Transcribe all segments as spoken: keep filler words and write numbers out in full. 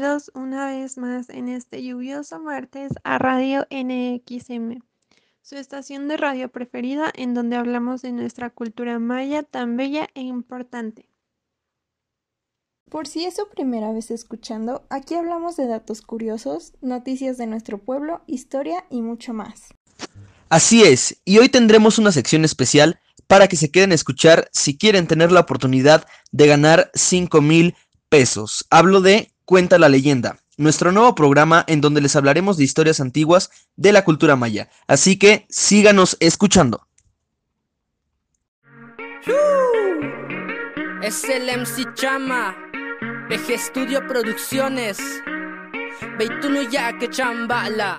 bienvenidos una vez más en este lluvioso martes a Radio N X M, su estación de radio preferida en donde hablamos de nuestra cultura maya tan bella e importante. Por si es su primera vez escuchando, aquí hablamos de datos curiosos, noticias de nuestro pueblo, historia y mucho más. Así es, y hoy tendremos una sección especial para que se queden a escuchar si quieren tener la oportunidad de ganar cinco mil pesos. Hablo de Cuenta la Leyenda, nuestro nuevo programa en donde les hablaremos de historias antiguas de la cultura maya. Así que síganos escuchando. Es el M C Chama, B G Studio Producciones, Beituno ya que chambala.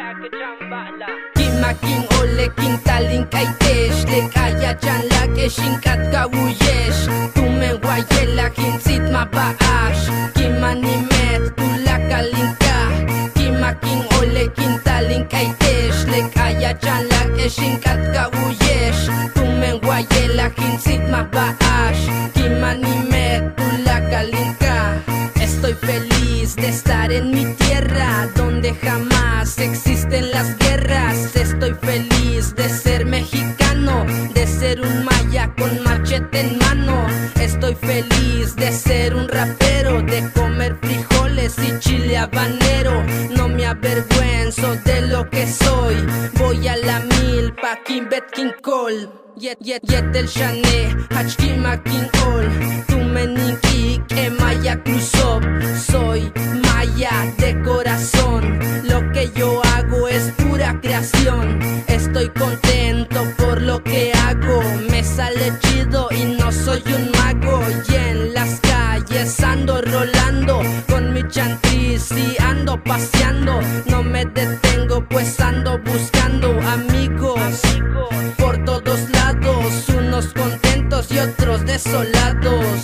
Kimakin ole kintalin kaitesh, le kaya chan la que shinkat kawuyesh. Tumen guayela kinsit mabaash, kimanimet tu la kalinka. Kimakin ole kintalin kaitesh, le kaya chan la que shinkat kawuyesh. Tumen guayela kinsit mabaash, kimanimet tu la kalinka. Estoy feliz de estar en mi tierra, donde jamás existen las guerras. Estoy feliz de ser mexicano, de ser un maya con machete en mano. Estoy feliz de ser un rapero, de comer frijoles y chile habanero. No me avergüenzo de lo que soy, voy a la mil pa' Kimbet King Cole. Yet, yet, yet el Shane, Hachkima King Ol, Tumeniki, que Maya cruzó. Soy maya de corazón, lo que yo hago es pura creación. Estoy contento por lo que hago, me sale chido y no soy un mago. Y en las calles ando rolando con mi chantriz y ando paseando. No me detengo pues ando buscando amigos por todos lados, unos contentos y otros desolados,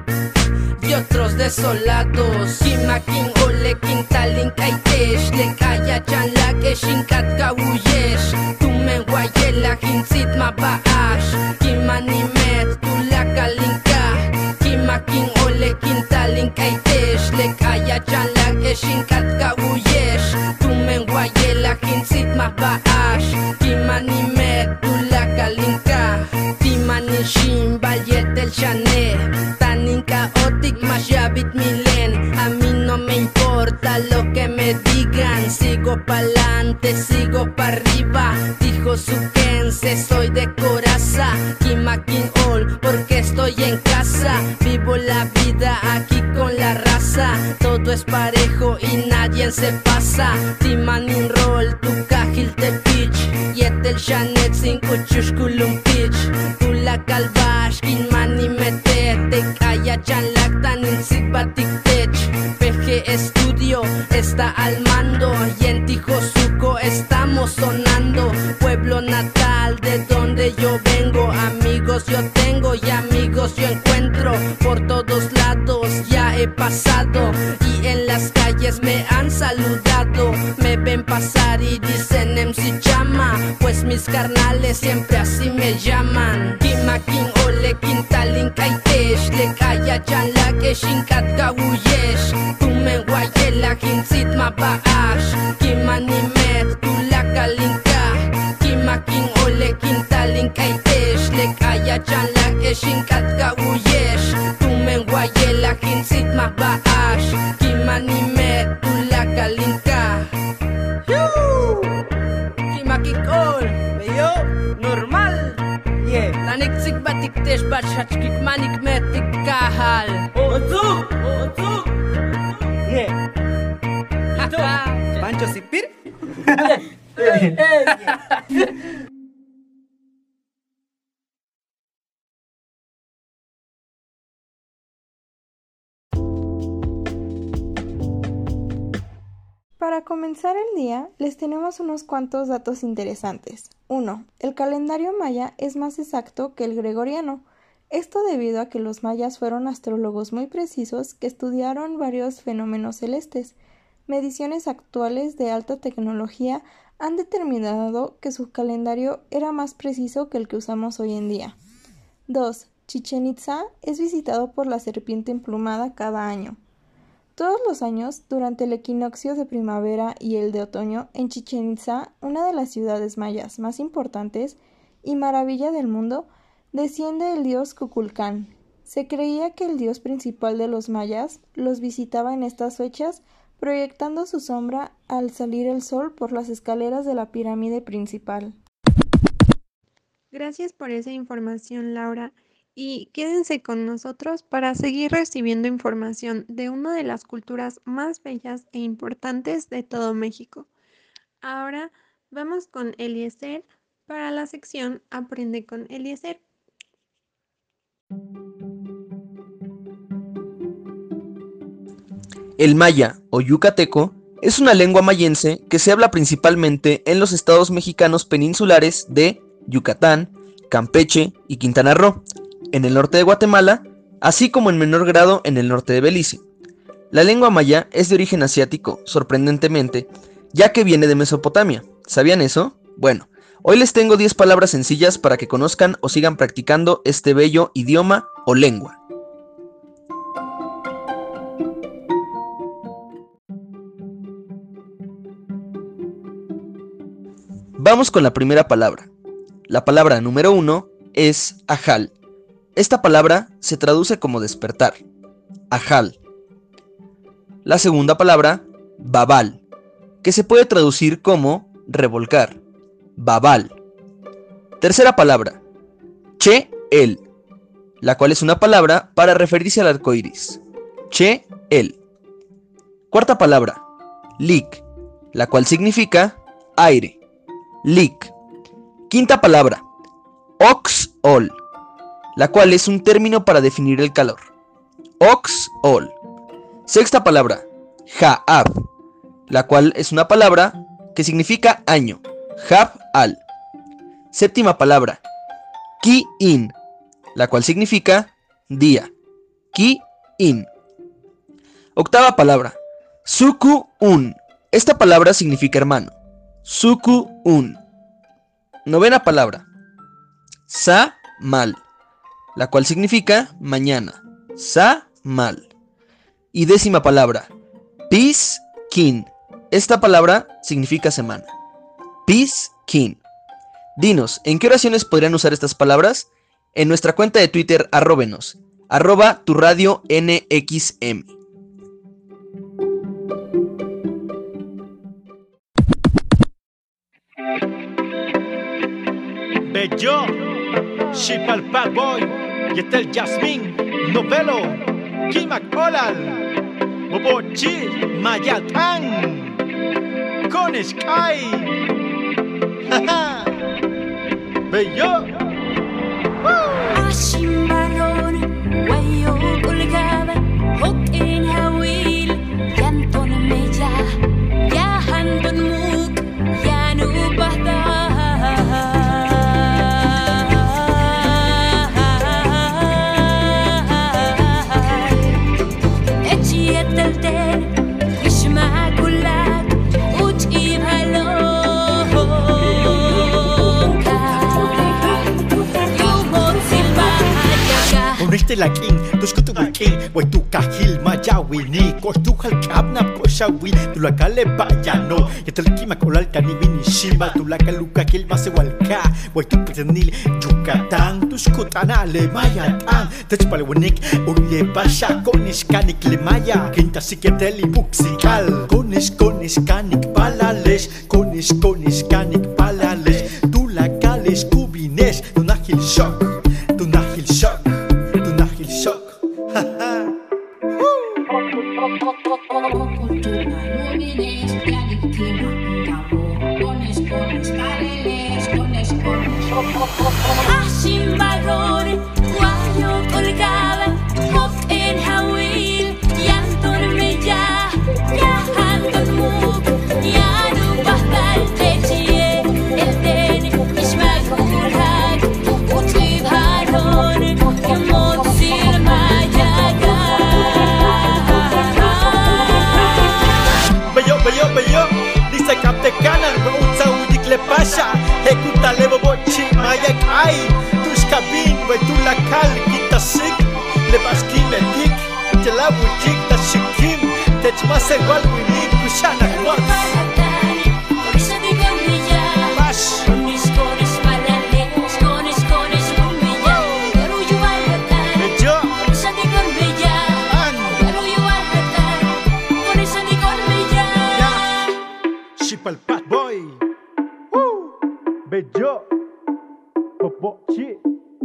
y otros desolados. Kimakin ole kintalin kaitesh, le kaya chan la que shinkat kawuyesh. Tumen guayela hinsit mabaash, kimanimet tu la kalinka. Kimakin ole kintalin kaitesh, le kaya chan la que shinkat kawuyesh. Tumen guayela hinsit mabaash, kimanimet tu la kalinka. Timanin shin bayet el Shane, tanin caotic mashabit milen. A mí no me importa lo que me digan, sigo pa'lante, sigo pa' arriba. Dijo su Kense, soy de coraza, Kimakin Ol, porque estoy en casa. Vivo la vida aquí con la raza, todo es parejo y nadie se pasa. Timanin roll, tu cajil te pitch, yet el Shanet sin kuchushkulum pitch. Tu la calvash, kin mani mete, te calla chan lactan in sigbatik tech. P G Studio está al mando y en Tijosuco estamos sonando. Pueblo natal de donde yo vengo, amigos yo tengo y amigos yo encuentro. Por todos lados ya he pasado y en las calles me han saludado. Me ven pasar y dicen M C Chama, pues mis carnales siempre así me llaman. Kimakin ole kintalin kaitesh, le kaya chan la que shinkat kawuyesh. Tumen guayela hinsit mabaash, kimanimet tu la kalinka. Kimakin ole kintalin kaitesh, le kaya chan la que shinkat kawuyesh. Tumen guayela hinsit mabaash, kimanimet tu la kalinka. Kimakin ol, beyo, normal. Yeah. Tanik sik batik tesh bachachkik manik metik kahal. Otzuk, otzuk. Yeah. Ito, Pancho Sipir. Para comenzar el día, les tenemos unos cuantos datos interesantes. uno. El calendario maya es más exacto que el gregoriano. Esto debido a que los mayas fueron astrólogos muy precisos que estudiaron varios fenómenos celestes. Mediciones actuales de alta tecnología han determinado que su calendario era más preciso que el que usamos hoy en día. dos. Chichén Itzá es visitado por la serpiente emplumada cada año. Todos los años, durante el equinoccio de primavera y el de otoño, en Chichén Itzá, una de las ciudades mayas más importantes y maravilla del mundo, desciende el dios Kukulcán. Se creía que el dios principal de los mayas los visitaba en estas fechas, proyectando su sombra al salir el sol por las escaleras de la pirámide principal. Gracias por esa información, Laura, y quédense con nosotros para seguir recibiendo información de una de las culturas más bellas e importantes de todo México. Ahora vamos con Eliezer para la sección Aprende con Eliezer. El maya o yucateco es una lengua mayense que se habla principalmente en los estados mexicanos peninsulares de Yucatán, Campeche y Quintana Roo, en el norte de Guatemala, así como en menor grado en el norte de Belice. La lengua maya es de origen asiático, sorprendentemente, ya que viene de Mesopotamia. ¿Sabían eso? Bueno, hoy les tengo diez palabras sencillas para que conozcan o sigan practicando este bello idioma o lengua. Vamos con la primera palabra. La palabra número uno es ajal. Esta palabra se traduce como despertar. Ajal. La segunda palabra, babal, que se puede traducir como revolcar. Babal. Tercera palabra, che-el, la cual es una palabra para referirse al arco iris. Che-el. Cuarta palabra, lik, la cual significa aire. Lik. Quinta palabra, ox-ol, la cual es un término para definir el calor. Ox-ol. Sexta palabra, ja'ab, la cual es una palabra que significa año. Jab-al. Séptima palabra, ki-in, la cual significa día. Ki-in. Octava palabra, suku-un. Esta palabra significa hermano. Suku-un. Novena palabra, sa-mal, la cual significa mañana. Sa-mal. Y décima palabra, pis-kin. Esta palabra significa semana. Pis-kin. Dinos, ¿en qué oraciones podrían usar estas palabras? En nuestra cuenta de Twitter, arróbenos, arroba tu radio N X M. Bello, Shipal Bad Boy, Yetel Jasmine, Novelo, Kimak Olal, Bobochi, Mayatán, con Sky, jaja, Bello, Ashimbalon, Wayo Kulgaba, Hokin Hawil, Yanton Meja, Yahandon Muk, Yanu Bahda. Uniste la king, tus kutu king, way tu kahil mayawi ni, kos tu halkab na poshawi, tu la kale bayano, yetel kima kolal kani bini shima, tu la kaluka kil mase walka, way tu petenil Yucatán, tus kutanale mayatán, techpale wenik, ulle basha, konis kanik le maya, quinta siketeli buxikal, konis konis kanik palales, konis konis kanik palales, tu la kales kubines, tu nahil shock, tu nahil shock. Ejecutale bobochi, maya kai, tus cabin, we tu la cal, quita sick, le basquile tic, Angela Bujik ta shikim Tech más igual Winnie Kushana Quats Por eso digo milla, Bash cones, cones, paralelos, cones, cones, un milla. Pero yo al retar, Bejo por eso digo milla. An Pero yo al retar, por eso digo milla. Shipal Pat Boy Woo Bejo Popo Chi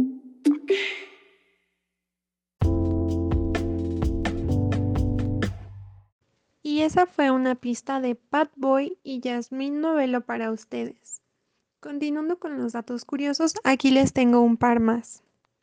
Y esa fue una pista de Pat Boy y Yasmín Novelo para ustedes. Continuando con los datos curiosos, aquí les tengo un par más.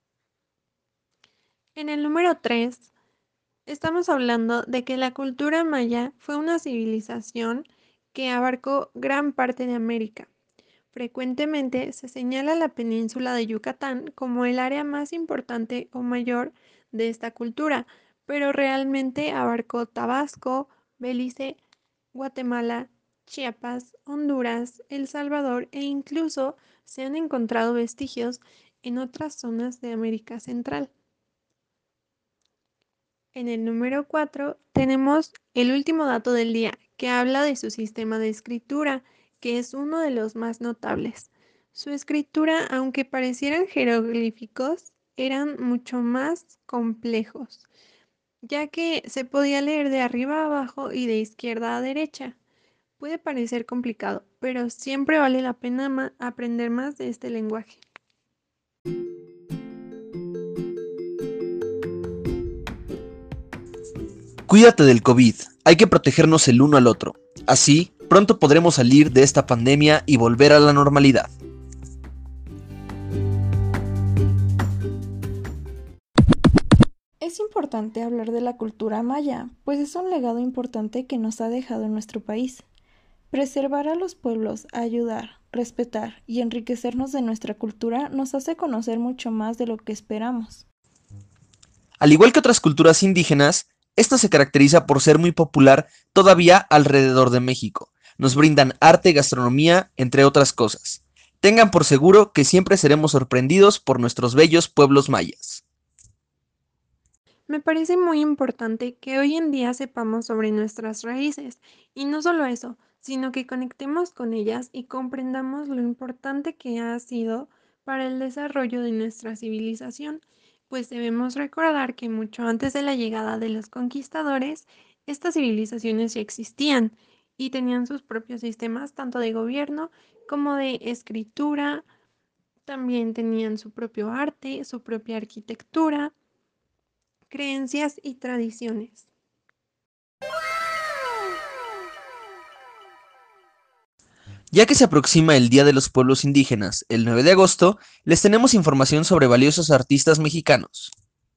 En el número tres, estamos hablando de que la cultura maya fue una civilización que abarcó gran parte de América. Frecuentemente se señala la península de Yucatán como el área más importante o mayor de esta cultura, pero realmente abarcó Tabasco, Belice, Guatemala, Chiapas, Honduras, El Salvador e incluso se han encontrado vestigios en otras zonas de América Central. En el número cuatro tenemos el último dato del día, que habla de su sistema de escritura, que es uno de los más notables. Su escritura, aunque parecieran jeroglíficos, eran mucho más complejos, ya que se podía leer de arriba a abajo y de izquierda a derecha. Puede parecer complicado, pero siempre vale la pena ma- aprender más de este lenguaje. Cuídate del COVID, hay que protegernos el uno al otro. Así, pronto podremos salir de esta pandemia y volver a la normalidad. Es importante hablar de la cultura maya, pues es un legado importante que nos ha dejado en nuestro país. Preservar a los pueblos, ayudar, respetar y enriquecernos de nuestra cultura nos hace conocer mucho más de lo que esperamos. Al igual que otras culturas indígenas, esta se caracteriza por ser muy popular todavía alrededor de México. Nos brindan arte, gastronomía, entre otras cosas. Tengan por seguro que siempre seremos sorprendidos por nuestros bellos pueblos mayas. Me parece muy importante que hoy en día sepamos sobre nuestras raíces, y no solo eso, sino que conectemos con ellas y comprendamos lo importante que ha sido para el desarrollo de nuestra civilización, pues debemos recordar que mucho antes de la llegada de los conquistadores, estas civilizaciones ya existían y tenían sus propios sistemas tanto de gobierno como de escritura, también tenían su propio arte, su propia arquitectura, creencias y tradiciones. Ya que se aproxima el Día de los Pueblos Indígenas, el nueve de agosto, les tenemos información sobre valiosos artistas mexicanos.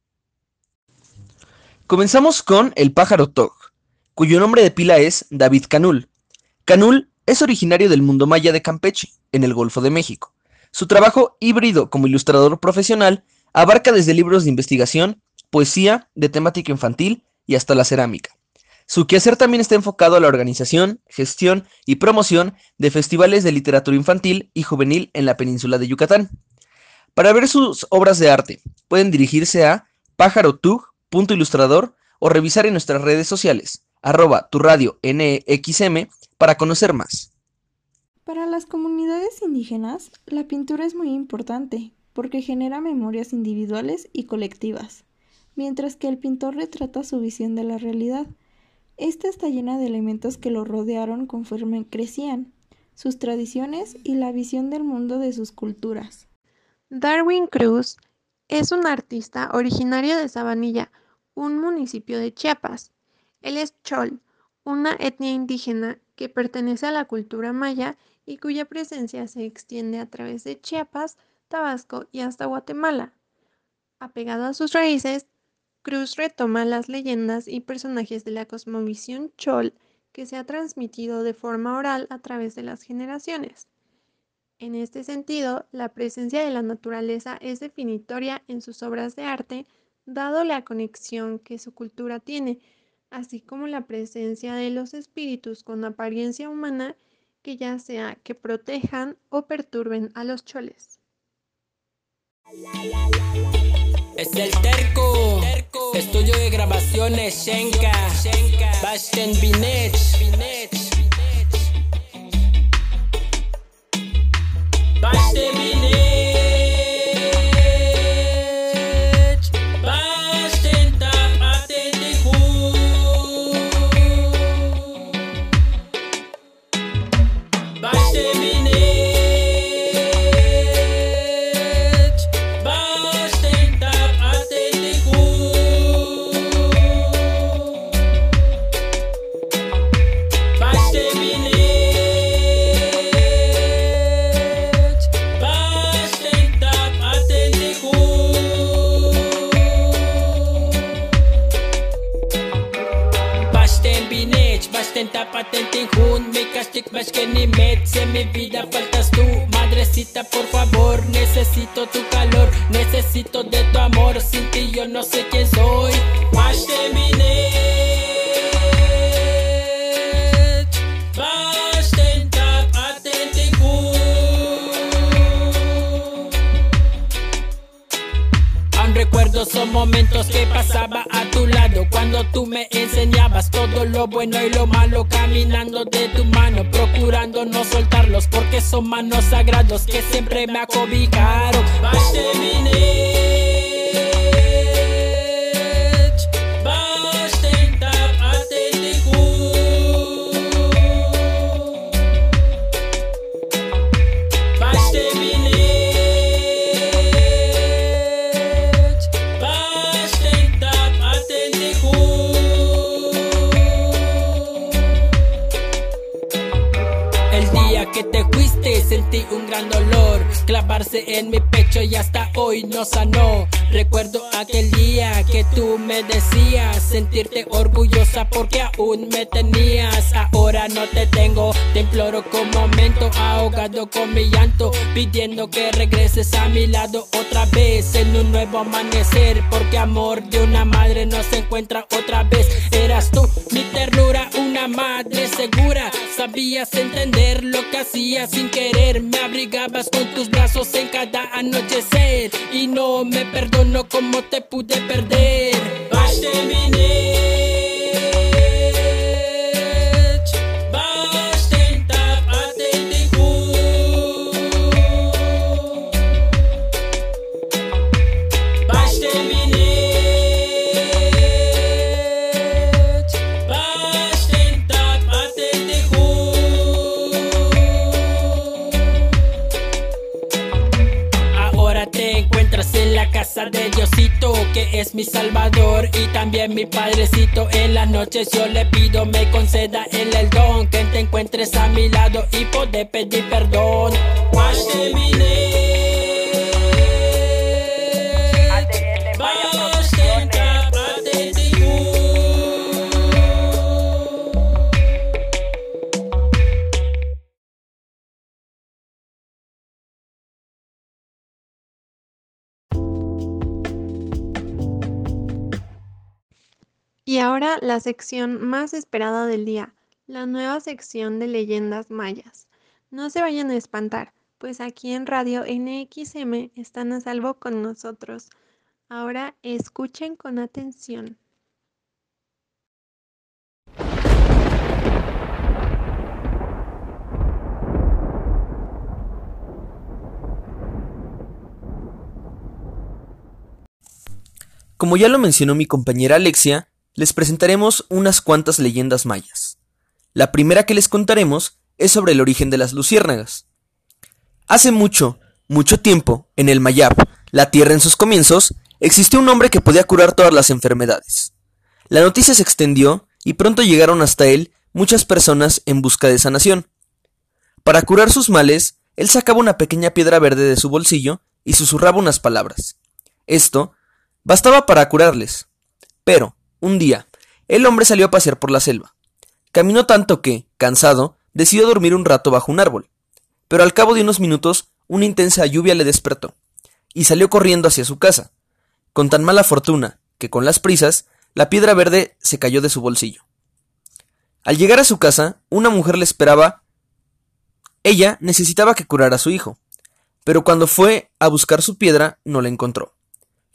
Comenzamos con el pájaro Toj, cuyo nombre de pila es David Canul. Canul es originario del mundo maya de Campeche, en el Golfo de México. Su trabajo híbrido como ilustrador profesional abarca desde libros de investigación, poesía, de temática infantil y hasta la cerámica. Su quehacer también está enfocado a la organización, gestión y promoción de festivales de literatura infantil y juvenil en la península de Yucatán. Para ver sus obras de arte, pueden dirigirse a pájarotug punto ilustrador o revisar en nuestras redes sociales, arroba tu radio N E X M, para conocer más. Para las comunidades indígenas, la pintura es muy importante porque genera memorias individuales y colectivas, mientras que el pintor retrata su visión de la realidad. Esta está llena de elementos que lo rodearon conforme crecían, sus tradiciones y la visión del mundo de sus culturas. Darwin Cruz es un artista originario de Sabanilla, un municipio de Chiapas. Él es chol, una etnia indígena que pertenece a la cultura maya y cuya presencia se extiende a través de Chiapas, Tabasco y hasta Guatemala. Apegado a sus raíces, Cruz retoma las leyendas y personajes de la cosmovisión chol que se ha transmitido de forma oral a través de las generaciones. En este sentido, la presencia de la naturaleza es definitoria en sus obras de arte, dado la conexión que su cultura tiene, así como la presencia de los espíritus con apariencia humana, que ya sea que protejan o perturben a los choles. Es el terco, estudio de grabaciones Shenka, Basten Binech. Basten Binech, Basten Tap Atentihu, Basten Binech, Basten Tap Atentihu, Basten Binech. Basten tap atentihun, mi castic más que ni med. Si en mi vida faltas tú, madrecita, por favor. Necesito tu calor, necesito de tu amor. Sin ti yo no sé quién soy. Basten binech, basten tap atentihun. Aún recuerdo son momentos que pasaba a tu lado, cuando tú me enseñabas todo lo bueno y lo malo, caminando de tu mano, procurando no soltarlos, porque son manos sagrados que siempre me acobijaron. Basten binech, basten tap atentihun, basten binech, basten tap atentihun. El día que te fuiste sentí un gran dolor clavarse en mi pecho y hasta hoy no sanó. Recuerdo aquel día que tú me decías sentirte orgullosa porque aún me tenías. Ahora no te tengo, te imploro con momento, ahogado con mi llanto, pidiendo que regreses a mi lado otra vez en un nuevo amanecer, porque amor de una madre no se encuentra otra vez. Eras tú mi ternura, una madre segura, sabías entender lo que hacía sin querer, me abrigabas con tus brazos en cada anochecer y no me perdono cómo te pude perder. Basten binech, basten tap atentihun, basten binech, basten tap atentihun. Ahora te encuentras en la casa de Diosito, que es mi salvador y también mi padrecito. En las noches yo le pido me conceda él el don, que te encuentres a mi lado y poder pedir perdón. Basten binech, basten tap atentihun. Y ahora la sección más esperada del día, la nueva sección de leyendas mayas. No se vayan a espantar, pues aquí en Radio N X M están a salvo con nosotros. Ahora escuchen con atención. Como ya lo mencionó mi compañera Alexia, les presentaremos unas cuantas leyendas mayas. La primera que les contaremos es sobre el origen de las luciérnagas. Hace mucho, mucho tiempo, en el Mayab, la tierra en sus comienzos, existió un hombre que podía curar todas las enfermedades. La noticia se extendió y pronto llegaron hasta él muchas personas en busca de sanación. Para curar sus males, él sacaba una pequeña piedra verde de su bolsillo y susurraba unas palabras. Esto bastaba para curarles. Pero, un día, el hombre salió a pasear por la selva. Caminó tanto que, cansado, decidió dormir un rato bajo un árbol. Pero al cabo de unos minutos, una intensa lluvia le despertó, y salió corriendo hacia su casa, con tan mala fortuna que con las prisas, la piedra verde se cayó de su bolsillo. Al llegar a su casa, una mujer le esperaba. Ella necesitaba que curara a su hijo, pero cuando fue a buscar su piedra, no la encontró.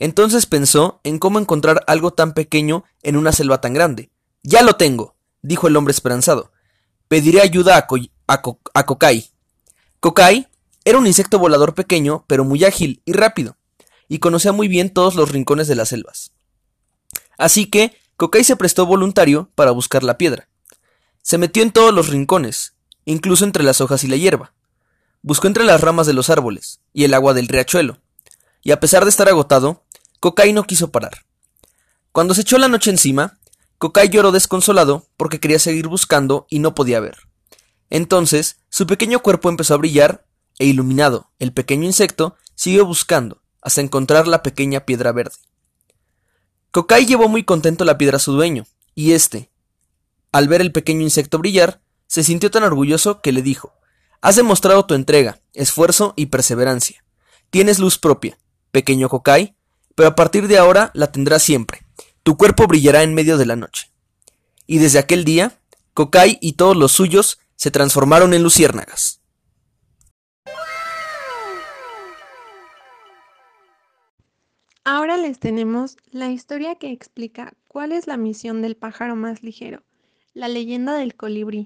Entonces pensó en cómo encontrar algo tan pequeño en una selva tan grande. ¡Ya lo tengo!, dijo el hombre esperanzado. Pediré ayuda a, Co a, Co a Kokai. Kokai era un insecto volador pequeño, pero muy ágil y rápido, y conocía muy bien todos los rincones de las selvas. Así que Kokai se prestó voluntario para buscar la piedra. Se metió en todos los rincones, incluso entre las hojas y la hierba. Buscó entre las ramas de los árboles y el agua del riachuelo, y a pesar de estar agotado, Kokai no quiso parar. Cuando se echó la noche encima, Kokai lloró desconsolado porque quería seguir buscando y no podía ver. Entonces, su pequeño cuerpo empezó a brillar e iluminado, el pequeño insecto siguió buscando hasta encontrar la pequeña piedra verde. Kokai llevó muy contento la piedra a su dueño, y éste, al ver el pequeño insecto brillar, se sintió tan orgulloso que le dijo: «Has demostrado tu entrega, esfuerzo y perseverancia. Tienes luz propia, pequeño Kokai, pero a partir de ahora la tendrás siempre. Tu cuerpo brillará en medio de la noche». Y desde aquel día, Kokai y todos los suyos se transformaron en luciérnagas. Ahora les tenemos la historia que explica cuál es la misión del pájaro más ligero, la leyenda del colibrí.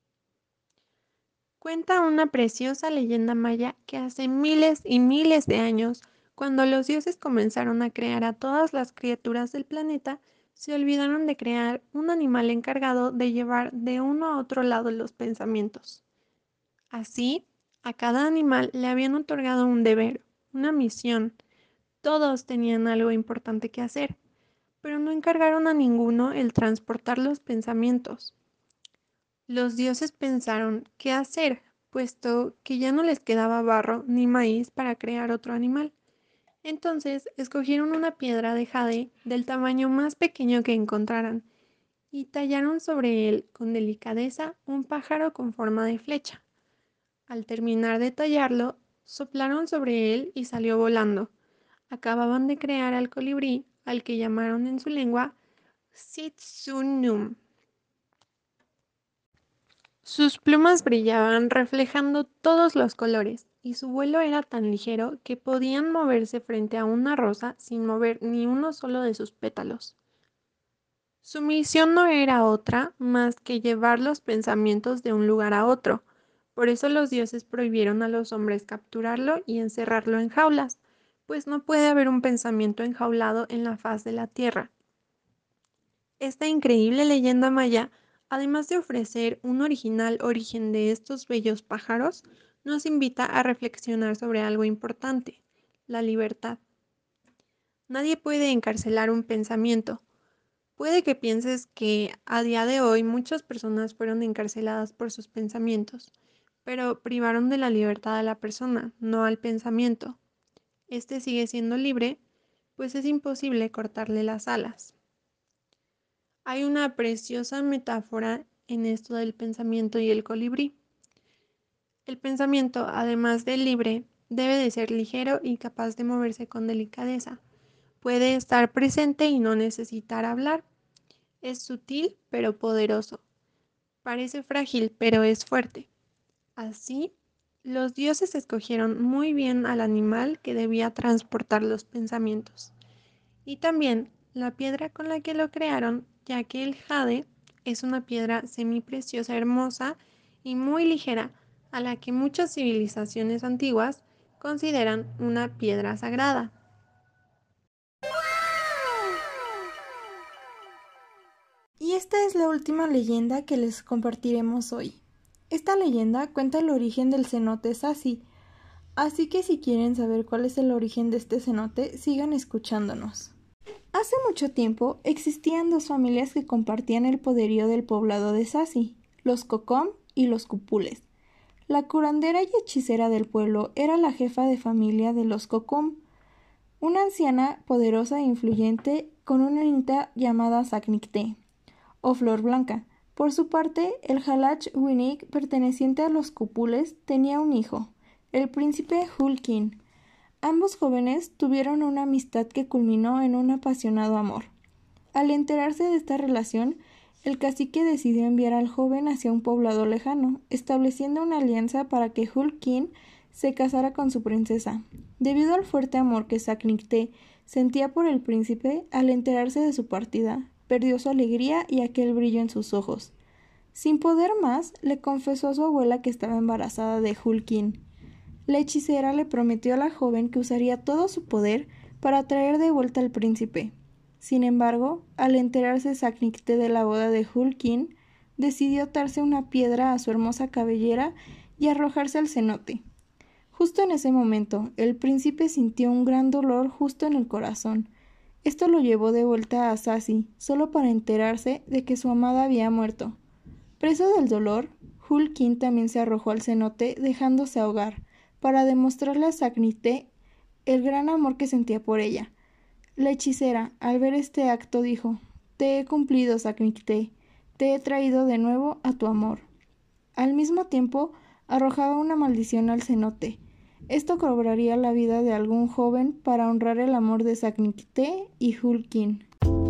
Cuenta una preciosa leyenda maya que hace miles y miles de años, cuando los dioses comenzaron a crear a todas las criaturas del planeta, se olvidaron de crear un animal encargado de llevar de uno a otro lado los pensamientos. Así, a cada animal le habían otorgado un deber, una misión. Todos tenían algo importante que hacer, pero no encargaron a ninguno el transportar los pensamientos. Los dioses pensaron qué hacer, puesto que ya no les quedaba barro ni maíz para crear otro animal. Entonces escogieron una piedra de jade del tamaño más pequeño que encontraran y tallaron sobre él con delicadeza un pájaro con forma de flecha. Al terminar de tallarlo, soplaron sobre él y salió volando. Acababan de crear al colibrí, al que llamaron en su lengua Sitsunum. Sus plumas brillaban reflejando todos los colores, y su vuelo era tan ligero que podían moverse frente a una rosa sin mover ni uno solo de sus pétalos. Su misión no era otra más que llevar los pensamientos de un lugar a otro. Por eso los dioses prohibieron a los hombres capturarlo y encerrarlo en jaulas, pues no puede haber un pensamiento enjaulado en la faz de la tierra. Esta increíble leyenda maya, además de ofrecer un original origen de estos bellos pájaros, nos invita a reflexionar sobre algo importante: la libertad. Nadie puede encarcelar un pensamiento. Puede que pienses que a día de hoy muchas personas fueron encarceladas por sus pensamientos, pero privaron de la libertad a la persona, no al pensamiento. Este sigue siendo libre, pues es imposible cortarle las alas. Hay una preciosa metáfora en esto del pensamiento y el colibrí. El pensamiento, además de libre, debe de ser ligero y capaz de moverse con delicadeza. Puede estar presente y no necesitar hablar. Es sutil pero poderoso. Parece frágil pero es fuerte. Así, los dioses escogieron muy bien al animal que debía transportar los pensamientos. Y también la piedra con la que lo crearon, ya que el jade es una piedra semipreciosa hermosa y muy ligera, a la que muchas civilizaciones antiguas consideran una piedra sagrada. Y esta es la última leyenda que les compartiremos hoy. Esta leyenda cuenta el origen del cenote Sasi, así que si quieren saber cuál es el origen de este cenote, sigan escuchándonos. Hace mucho tiempo existían dos familias que compartían el poderío del poblado de Sasi, los Cocom y los Cupules. La curandera y hechicera del pueblo era la jefa de familia de los Cocom, una anciana poderosa e influyente con una nieta llamada Saknikte, o Flor Blanca. Por su parte, el Halach Winnik, perteneciente a los Cupules, tenía un hijo, el príncipe Hulkin. Ambos jóvenes tuvieron una amistad que culminó en un apasionado amor. Al enterarse de esta relación, el cacique decidió enviar al joven hacia un poblado lejano, estableciendo una alianza para que Hulkin se casara con su princesa. Debido al fuerte amor que Saknikte sentía por el príncipe, al enterarse de su partida, perdió su alegría y aquel brillo en sus ojos. Sin poder más, le confesó a su abuela que estaba embarazada de Hulkin. La hechicera le prometió a la joven que usaría todo su poder para traer de vuelta al príncipe. Sin embargo, al enterarse Saknikte de la boda de Hulkin, decidió atarse una piedra a su hermosa cabellera y arrojarse al cenote. Justo en ese momento, el príncipe sintió un gran dolor justo en el corazón. Esto lo llevó de vuelta a Sasi, solo para enterarse de que su amada había muerto. Preso del dolor, Hulkin también se arrojó al cenote dejándose ahogar, para demostrarle a Saknikte el gran amor que sentía por ella. La hechicera, al ver este acto, dijo: «Te he cumplido, Saknikte, te he traído de nuevo a tu amor». Al mismo tiempo, arrojaba una maldición al cenote. Esto cobraría la vida de algún joven para honrar el amor de Saknikte y Hulkin.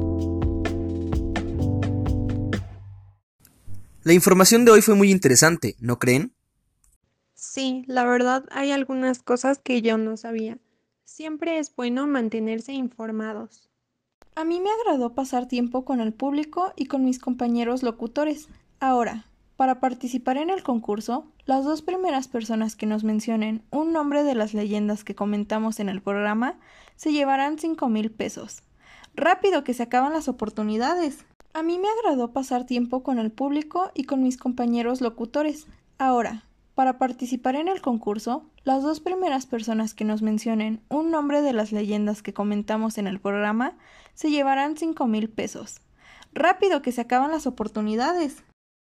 La información de hoy fue muy interesante, ¿no creen? Sí, la verdad hay algunas cosas que yo no sabía. Siempre es bueno mantenerse informados. A mí me agradó pasar tiempo con el público y con mis compañeros locutores. Ahora, para participar en el concurso, las dos primeras personas que nos mencionen un nombre de las leyendas que comentamos en el programa se llevarán cinco mil pesos. ¡Rápido, que se acaban las oportunidades! A mí me agradó pasar tiempo con el público y con mis compañeros locutores. Ahora, para participar en el concurso, las dos primeras personas que nos mencionen un nombre de las leyendas que comentamos en el programa se llevarán cinco mil pesos. ¡Rápido, que se acaban las oportunidades!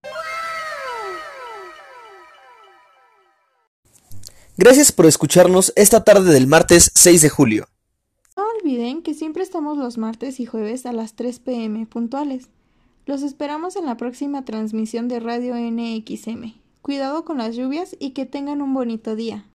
Gracias por escucharnos esta tarde del martes seis de julio. No olviden que siempre estamos los martes y jueves a las tres pe eme puntuales. Los esperamos en la próxima transmisión de Radio N X M. Cuidado con las lluvias y que tengan un bonito día.